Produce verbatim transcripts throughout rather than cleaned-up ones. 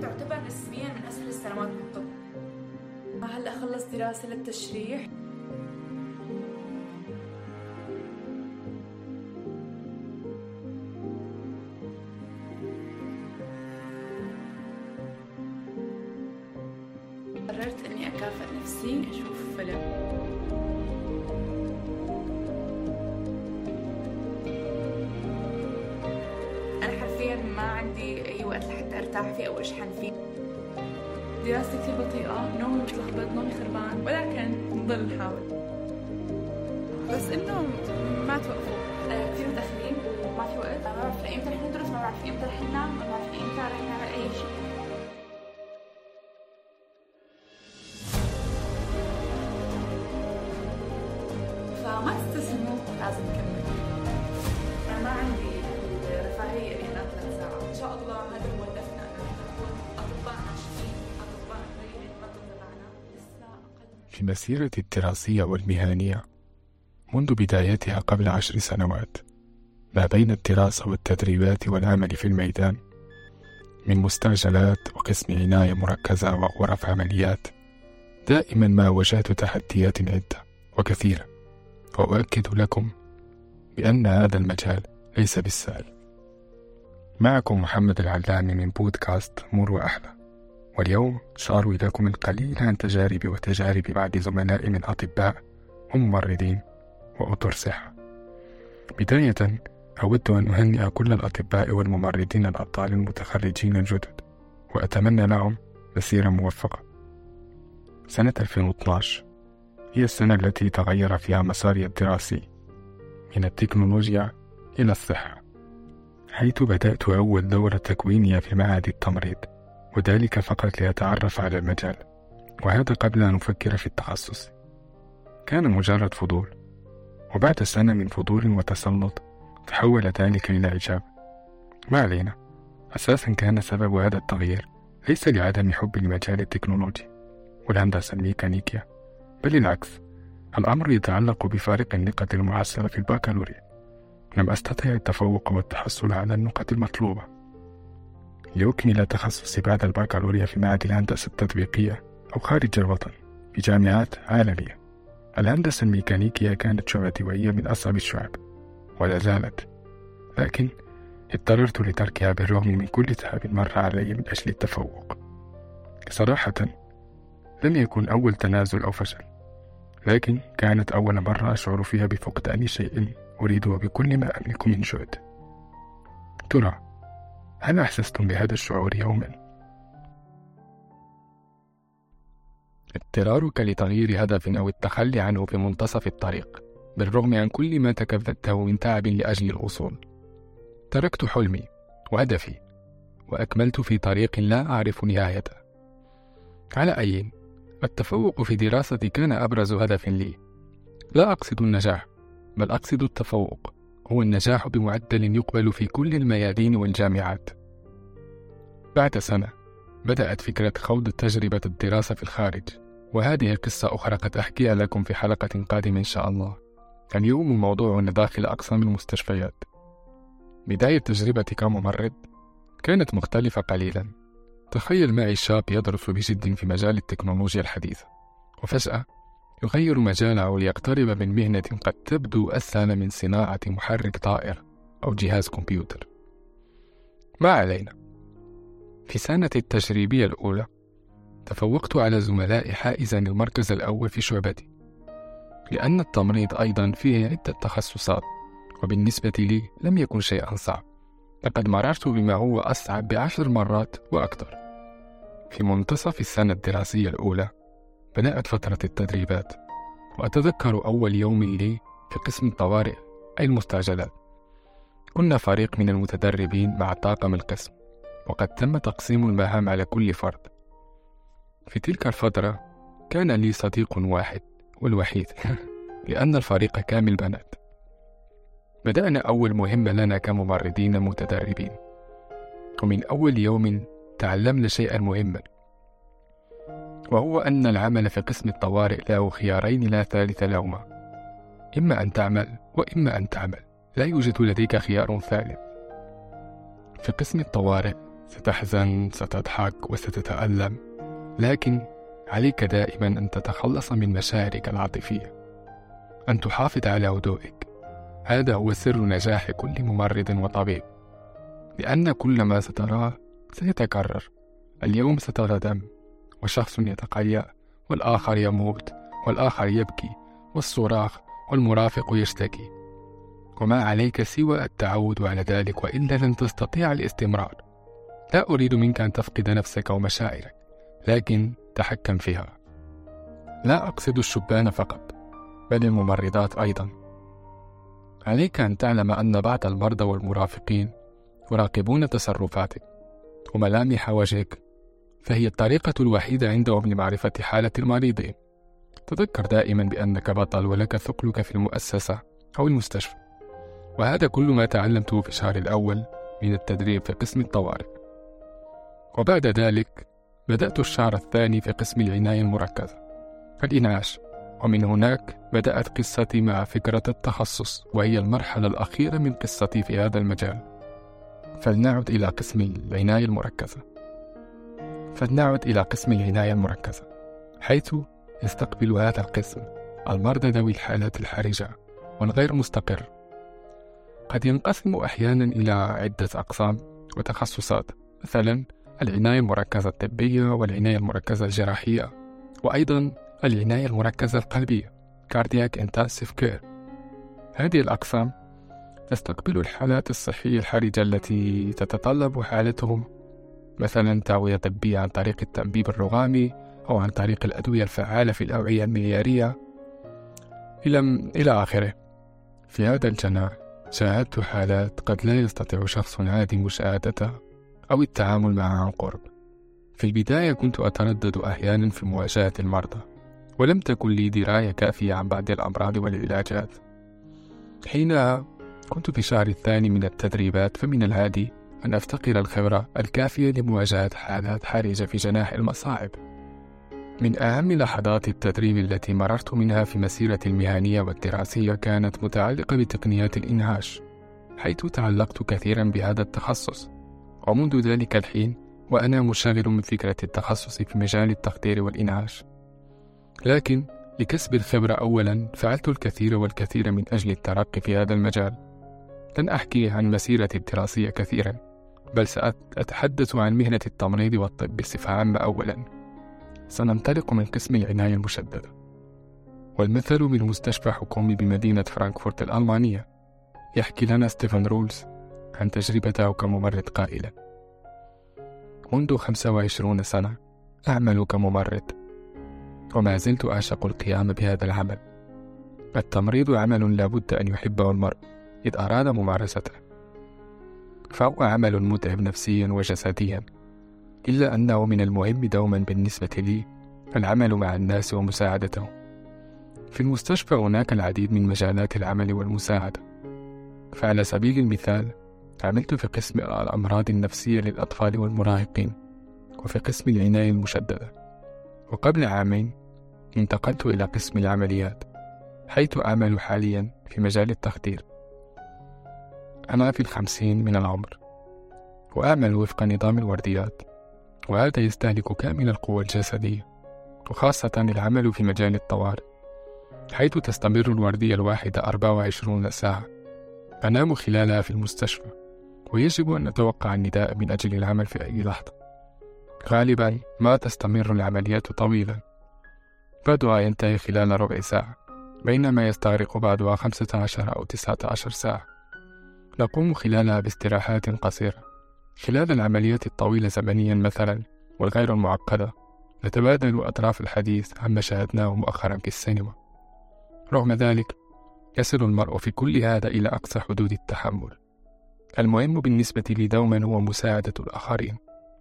تعتبر نسبيا من أسهل السنوات بالطب. هلأ خلص دراسة للتشريح. قررت إني أكافئ نفسي أشوف فيلم. أنا حرفياً ما عندي أي وقت لحتى أرتاح فيه أو أشحن فيه. دراستي كتير بطيئة، نومي متلخبط، نومي خربان، ولكن نضل نحاول. بس إنه ما توقفوا. آه كتير متأخرين وما في وقت. ما بعرف لإمتى رح ندرس، ما بعرف إمتى رح ننام، ما بعرف إمتى رح نعمل أي شيء. فما تستسلموا، لازم نكمل. أنا ما عندي الرفاهية إني أنام ثلاث ساعات. إن شاء الله هذا هو هدفنا، إنه نكون أطباء ناشئين، أطباء قليل المدة تبعنا لسه أقل. في مسيرتي الدراسية والمهنية منذ بدايتها قبل عشر سنوات، ما بين الدراسة والتدريبات والعمل في الميدان، من مستعجلات وقسم عناية مركزة وغرف عمليات، دائما ما واجهت تحديات عدة وكثيرة، وأؤكد لكم بأن هذا المجال ليس بالسهل. معكم محمد العلامي من بودكاست مر وأحلى، واليوم سأروي لكم القليل عن تجاربي وتجارب بعض زملائي من أطباء وممرضين وأطر صحة. بداية أود أن أهنئ كل الأطباء والممرضين الأبطال المتخرجين الجدد، وأتمنى لهم مسيرة موفقة. سنة ألفين واثني عشر هي السنة التي تغير فيها مساري الدراسي من التكنولوجيا إلى الصحة، حيث بدأت أول دورة تكوينية في معهد التمريض، وذلك فقط لأتعرف على المجال، وهذا قبل أن أفكر في التخصص. كان مجرد فضول، وبعد سنة من فضول وتسلط تحول ذلك إلى إعجاب. ما علينا، أساسا كان سبب هذا التغيير ليس لعدم حب لمجال التكنولوجيا والهندسة الميكانيكية، بل العكس، الأمر يتعلق بفارق النقاط المحصلة في البكالوريا. لم أستطع التفوق والتحصل على النقاط المطلوبة لأكمل تخصصي بعد البكالوريا في معهد الهندسة التطبيقية أو خارج الوطن في جامعات عالمية. الهندسة الميكانيكية كانت شعبتي، وهي من أصعب الشعب ولا زالت، لكن اضطررت لتركها بالرغم من كل تعب مر علي من أجل التفوق. صراحة لم يكن أول تنازل أو فشل، لكن كانت أول مرة أشعر فيها بفقدان شيء أريده بكل ما أملك من جهد. ترى هل أحسستم بهذا الشعور يوما؟ اضطرارك لتغيير هدف أو التخلي عنه في منتصف الطريق، بالرغم عن كل ما تكبدته من تعب لأجل الوصول. تركت حلمي وهدفي وأكملت في طريق لا أعرف نهايته. على أي، التفوق في دراستي كان أبرز هدف لي. لا أقصد النجاح، بل أقصد التفوق، هو النجاح بمعدل يقبل في كل الميادين والجامعات. بعد سنة بدأت فكرة خوض تجربة الدراسة في الخارج، وهذه قصة أخرى قد أحكيها لكم في حلقة قادمة إن شاء الله. اليوم موضوعنا داخل أقسام المستشفيات. بداية تجربتي كممرض كانت مختلفة قليلا. تخيل معي شاب يدرس بجد في مجال التكنولوجيا الحديثة، وفجأة يغير مجاله ليقترب من مهنة قد تبدو أسهل من صناعة محرك طائر أو جهاز كمبيوتر. ما علينا، في سنة التجريبية الأولى تفوقت على زملائي حائزا المركز الأول في شعبتي، لأن التمريض أيضا فيه عدة تخصصات، وبالنسبة لي لم يكن شيئا صعب، لقد مررت بما هو أصعب بعشر مرات وأكثر. في منتصف السنة الدراسية الأولى بدأت فترة التدريبات، وأتذكر أول يوم لي في قسم الطوارئ أي المستعجلات. كنا فريق من المتدربين مع طاقم القسم، وقد تم تقسيم المهام على كل فرد. في تلك الفترة كان لي صديق واحد والوحيد لأن الفريق كامل بنات. بدأنا أول مهمة لنا كممرضين متدربين، ومن أول يوم تعلمنا شيئا مهما، وهو أن العمل في قسم الطوارئ له خيارين لا ثالث لهما: إما أن تعمل وإما أن تعمل، لا يوجد لديك خيار ثالث. في قسم الطوارئ ستحزن، ستضحك وستتألم، لكن عليك دائما أن تتخلص من مشاعرك العاطفية، أن تحافظ على هدوئك. هذا هو سر نجاح كل ممرض وطبيب، لأن كل ما ستراه سيتكرر. اليوم سترى دم، وشخص يتقيأ، والآخر يموت، والآخر يبكي، والصراخ، والمرافق يشتكي، وما عليك سوى التعود على ذلك، وإلا لن تستطيع الاستمرار. لا أريد منك أن تفقد نفسك ومشاعرك، لكن تحكم فيها. لا أقصد الشبان فقط، بل الممرضات أيضا. عليك أن تعلم أن بعض المرضى والمرافقين يراقبون تصرفاتك وملامح وجهك، فهي الطريقة الوحيدة عندهم لمعرفة حالة المريض. تذكر دائما بأنك بطل، ولك ثقلك في المؤسسة أو المستشفى. وهذا كل ما تعلمته في الشهر الأول من التدريب في قسم الطوارئ. وبعد ذلك بدأت الشهر الثاني في قسم العناية المركزة، الإنعاش، ومن هناك بدأت قصتي مع فكرة التخصص، وهي المرحلة الأخيرة من قصتي في هذا المجال. فلنعد إلى قسم العناية المركزة فلنعد إلى قسم العناية المركزة حيث يستقبل هذا القسم المرضى ذوي الحالات الحرجة والغير مستقر. قد ينقسم أحيانا إلى عدة أقسام وتخصصات، مثلا العناية المركزة الطبية، والعناية المركزة الجراحية، وأيضا العناية المركزة القلبية Cardiac Intensive Care. هذه الأقسام تستقبل الحالات الصحية الحرجة التي تتطلب حالتهم مثلا تعوية طبية عن طريق التنبيب الرغامي، أو عن طريق الأدوية الفعالة في الأوعية المعيارية إلى إلى آخره. في هذا الجناح شاهدت حالات قد لا يستطيع شخص عادي مشاهدتها أو التعامل معها عن قرب. في البداية كنت أتردد أحيانا في مواجهة المرضى، ولم تكن لي دراية كافية عن بعض الأمراض والعلاجات. حينها كنت في الشهر الثاني من التدريبات، فمن العادي أن أفتقر الخبرة الكافية لمواجهة حالات حرجة في جناح المصاعب. من أهم لحظات التدريب التي مررت منها في مسيرتي المهنية والدراسية كانت متعلقة بتقنيات الإنعاش، حيث تعلقت كثيرا بهذا التخصص، ومنذ ذلك الحين وأنا مشغل من فكرة التخصص في مجال التخدير والإنعاش. لكن لكسب الخبرة أولا فعلت الكثير والكثير من أجل الترقي في هذا المجال. لن أحكي عن مسيرتي الدراسية كثيرا، بل سأتحدث عن مهنة التمريض والطب بصفة عامة. أولا سننطلق من قسم العناية المشددة، والمثل من مستشفى حكومي بمدينة فرانكفورت الألمانية. يحكي لنا ستيفن رولز عن تجربته كممرض قائلا: منذ خمسة وعشرين سنة أعمل كممرض، وما زلت أعشق القيام بهذا العمل. التمريض عمل لا بد أن يحبه المرء إذ أراد ممارسته، فهو عمل متعب نفسيا وجسديا، إلا أنه من المهم دوما بالنسبة لي العمل مع الناس ومساعدتهم. في المستشفى هناك العديد من مجالات العمل والمساعدة، فعلى سبيل المثال عملت في قسم الأمراض النفسية للأطفال والمراهقين، وفي قسم العناية المشددة. وقبل عامين انتقلت إلى قسم العمليات، حيث أعمل حاليا في مجال التخدير. أنا في الخمسين من العمر، وأعمل وفق نظام الورديات، وهذا يستهلك كامل القوة الجسدية، وخاصة العمل في مجال الطوارئ، حيث تستمر الوردية الواحدة أربعة وعشرين ساعة. أنام خلالها في المستشفى، ويجب أن نتوقع النداء من أجل العمل في أي لحظة. غالبا ما تستمر العمليات طويلا، بعضها ينتهي خلال ربع ساعة، بينما يستغرق بعضها خمسة عشر أو تسعة عشر ساعة. نقوم خلالها باستراحات قصيرة. خلال العمليات الطويلة زمنيا مثلا والغير المعقدة نتبادل أطراف الحديث عما شاهدناه مؤخرا في السينما. رغم ذلك يصل المرء في كل هذا إلى أقصى حدود التحمل. المهم بالنسبة لي دوما هو مساعدة الآخرين.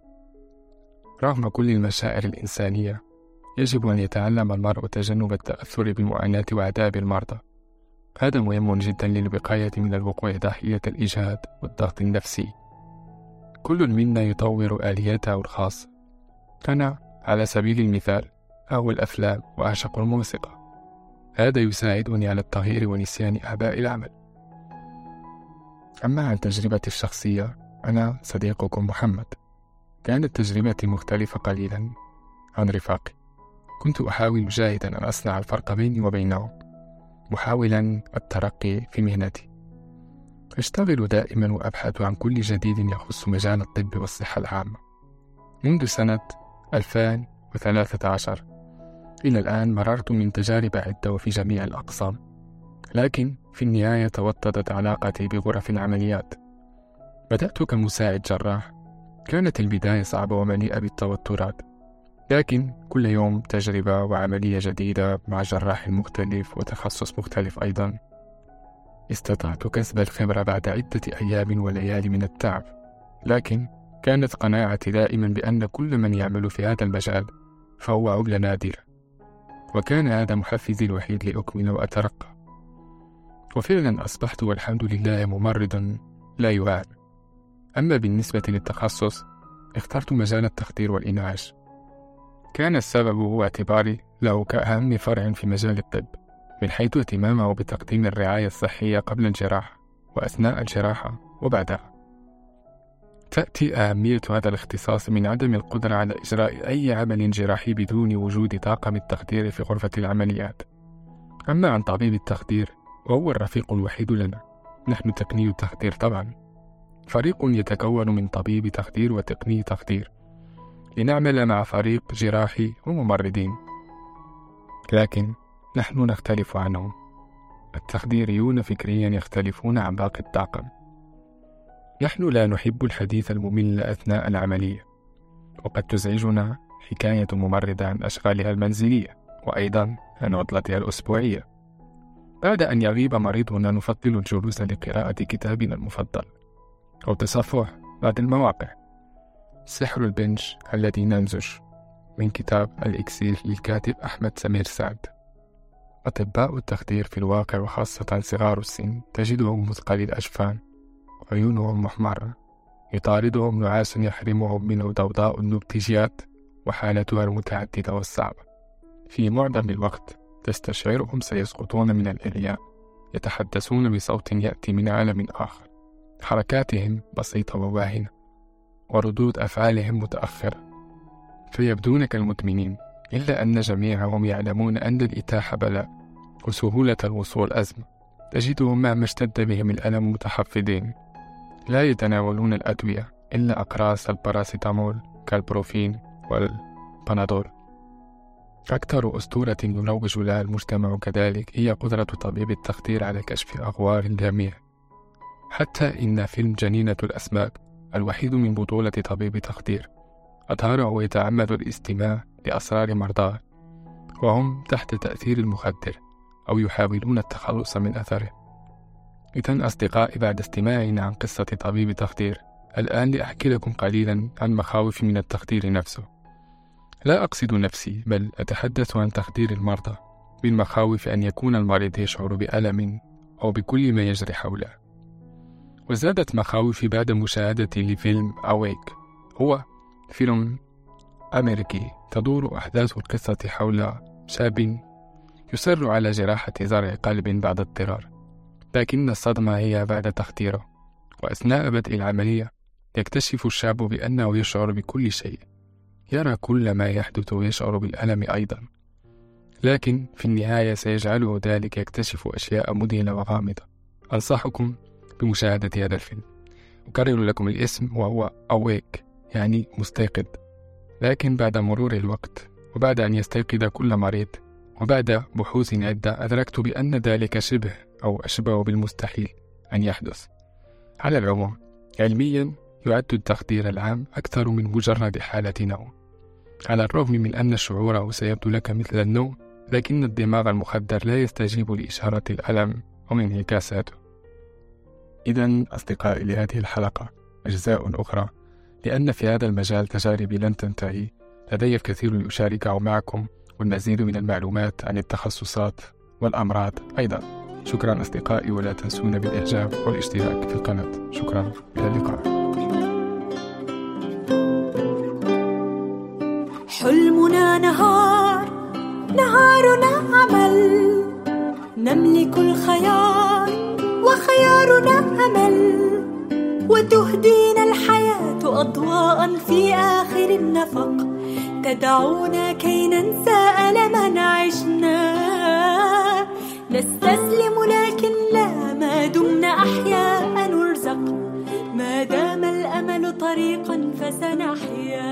رغم كل المشاعر الإنسانية يجب أن يتعلم المرء تجنب التأثر بالمعاناة وعذاب المرضى. هذا مهم جدا للوقاية من الوقوع ضحية الإجهاد والضغط النفسي. كل منا يطور آلياته الخاصة. أنا على سبيل المثال أهوى الأفلام وأعشق الموسيقى، هذا يساعدني على التغيير ونسيان أعباء العمل. أما عن تجربتي الشخصية، أنا صديقكم محمد، كانت تجربتي مختلفة قليلا عن رفاقي. كنت أحاول جاهدا أن أصنع الفرق بيني وبينهم، محاولا الترقي في مهنتي. أشتغل دائما وأبحث عن كل جديد يخص مجال الطب والصحة العامة. منذ سنة ألفين وثلاثة عشر إلى الآن مررت من تجارب عدة وفي جميع الأقسام، لكن في النهاية توطدت علاقتي بغرف العمليات. بدأت كمساعد جراح. كانت البداية صعبة ومليئة بالتوترات، لكن كل يوم تجربة وعملية جديدة مع جراح مختلف وتخصص مختلف أيضا. استطعت كسب الخبرة بعد عدة أيام وليالي من التعب، لكن كانت قناعتي دائما بأن كل من يعمل في هذا المجال فهو عملة نادرة، وكان هذا محفزي الوحيد لأكمل وأترقى. وفعلا أصبحت والحمد لله ممرضا لا يعان. أما بالنسبة للتخصص اخترت مجال التخدير والإنعاش. كان السبب هو اعتباري له كأهم فرع في مجال الطب، من حيث اهتمامه بتقديم الرعاية الصحية قبل الجراحة وأثناء الجراحة وبعدها. تأتي أهمية هذا الاختصاص من عدم القدرة على إجراء أي عمل جراحي بدون وجود طاقم التخدير في غرفة العمليات. أما عن طبيب التخدير وهو الرفيق الوحيد لنا، نحن تقني التخدير طبعا، فريق يتكون من طبيب تخدير وتقني تخدير لنعمل مع فريق جراحي وممرضين، لكن نحن نختلف عنهم. التخديريون فكريا يختلفون عن باقي الطاقم. نحن لا نحب الحديث الممل أثناء العملية، وقد تزعجنا حكاية ممرضة عن أشغالها المنزلية وأيضا عن عطلتها الأسبوعية. بعد أن يغيب مريضنا نفضل الجلوس لقراءة كتابنا المفضل أو تصفح بعض المواقع. سحر البنج الذي نمزج من كتاب الإكسير للكاتب أحمد سمير سعد. أطباء التخدير في الواقع وخاصة صغار السن تجدهم مثقلي الأجفان، عيونهم محمرة، يطاردهم نعاس يحرمهم من ضوضاء النبتجيات وحالتها المتعددة والصعبة. في معظم الوقت تستشعرهم سيسقطون من الإعياء، يتحدثون بصوت يأتي من عالم آخر، حركاتهم بسيطة وواهنة، وردود أفعالهم متأخرة، فيبدون كالمدمنين، إلا أن جميعهم يعلمون أن الإتاحة بلاء وسهولة الوصول أزمة. تجدهم مهما اشتد بهم الألم متحفظين، لا يتناولون الأدوية إلا أقراص الباراسيتامول كالبروفين والبنادول. أكثر أسطورة يروج لها المجتمع كذلك هي قدرة طبيب التخدير على كشف أغوار الجميع. حتى إن فيلم جنينة الأسماك الوحيد من بطولة طبيب تخدير أظهره يتعمد الاستماع لأسرار مرضاه وهم تحت تأثير المخدر أو يحاولون التخلص من أثره. إذن أصدقائي، بعد استماعنا عن قصة طبيب التخدير، الآن لأحكي لكم قليلا عن مخاوف من التخدير نفسه. لا أقصد نفسي، بل أتحدث عن تخدير المرضى، من مخاوف أن يكون المريض يشعر بألم أو بكل ما يجري حوله. وزادت مخاوفي بعد مشاهدتي لفيلم أويك. هو فيلم أمريكي تدور أحداث القصة حول شاب يصر على جراحة زرع قلب بعد اضطرار، لكن الصدمة هي بعد تخديره. وأثناء بدء العملية يكتشف الشاب بأنه يشعر بكل شيء، يرى كل ما يحدث ويشعر بالألم أيضا، لكن في النهاية سيجعله ذلك يكتشف أشياء مذهلة وغامضة. أنصحكم بمشاهدة هذا الفيلم. أكرر لكم الاسم وهو أويك، يعني مستيقظ. لكن بعد مرور الوقت وبعد أن يستيقظ كل مريض وبعد بحوث عدة أدركت بأن ذلك شبه أو أشبه بالمستحيل أن يحدث. على العموم، علميا يعد التخدير العام أكثر من مجرد حالة نوم. على الرغم من أن شعوره سيبدو لك مثل النوم، لكن الدماغ المخدر لا يستجيب لإشارة الألم وانعكاساته. إذن أصدقائي، لهذه الحلقة أجزاء أخرى، لأن في هذا المجال تجاربي لن تنتهي. لدي الكثير لأشاركه معكم والمزيد من المعلومات عن التخصصات والأمراض أيضا. شكرا أصدقائي، ولا تنسونا بالإعجاب والاشتراك في القناة. شكرا، إلى اللقاء. حلمنا نهار، نهارنا عمل، نملك الخيار وخيارنا أمل، وتهدينا الحياة أضواء في آخر النفق تدعونا كي ننسى ألما عشنا. نستسلم لكن لا، ما دمنا أحياء نرزق، ما دام الأمل طريقا فسنحيا.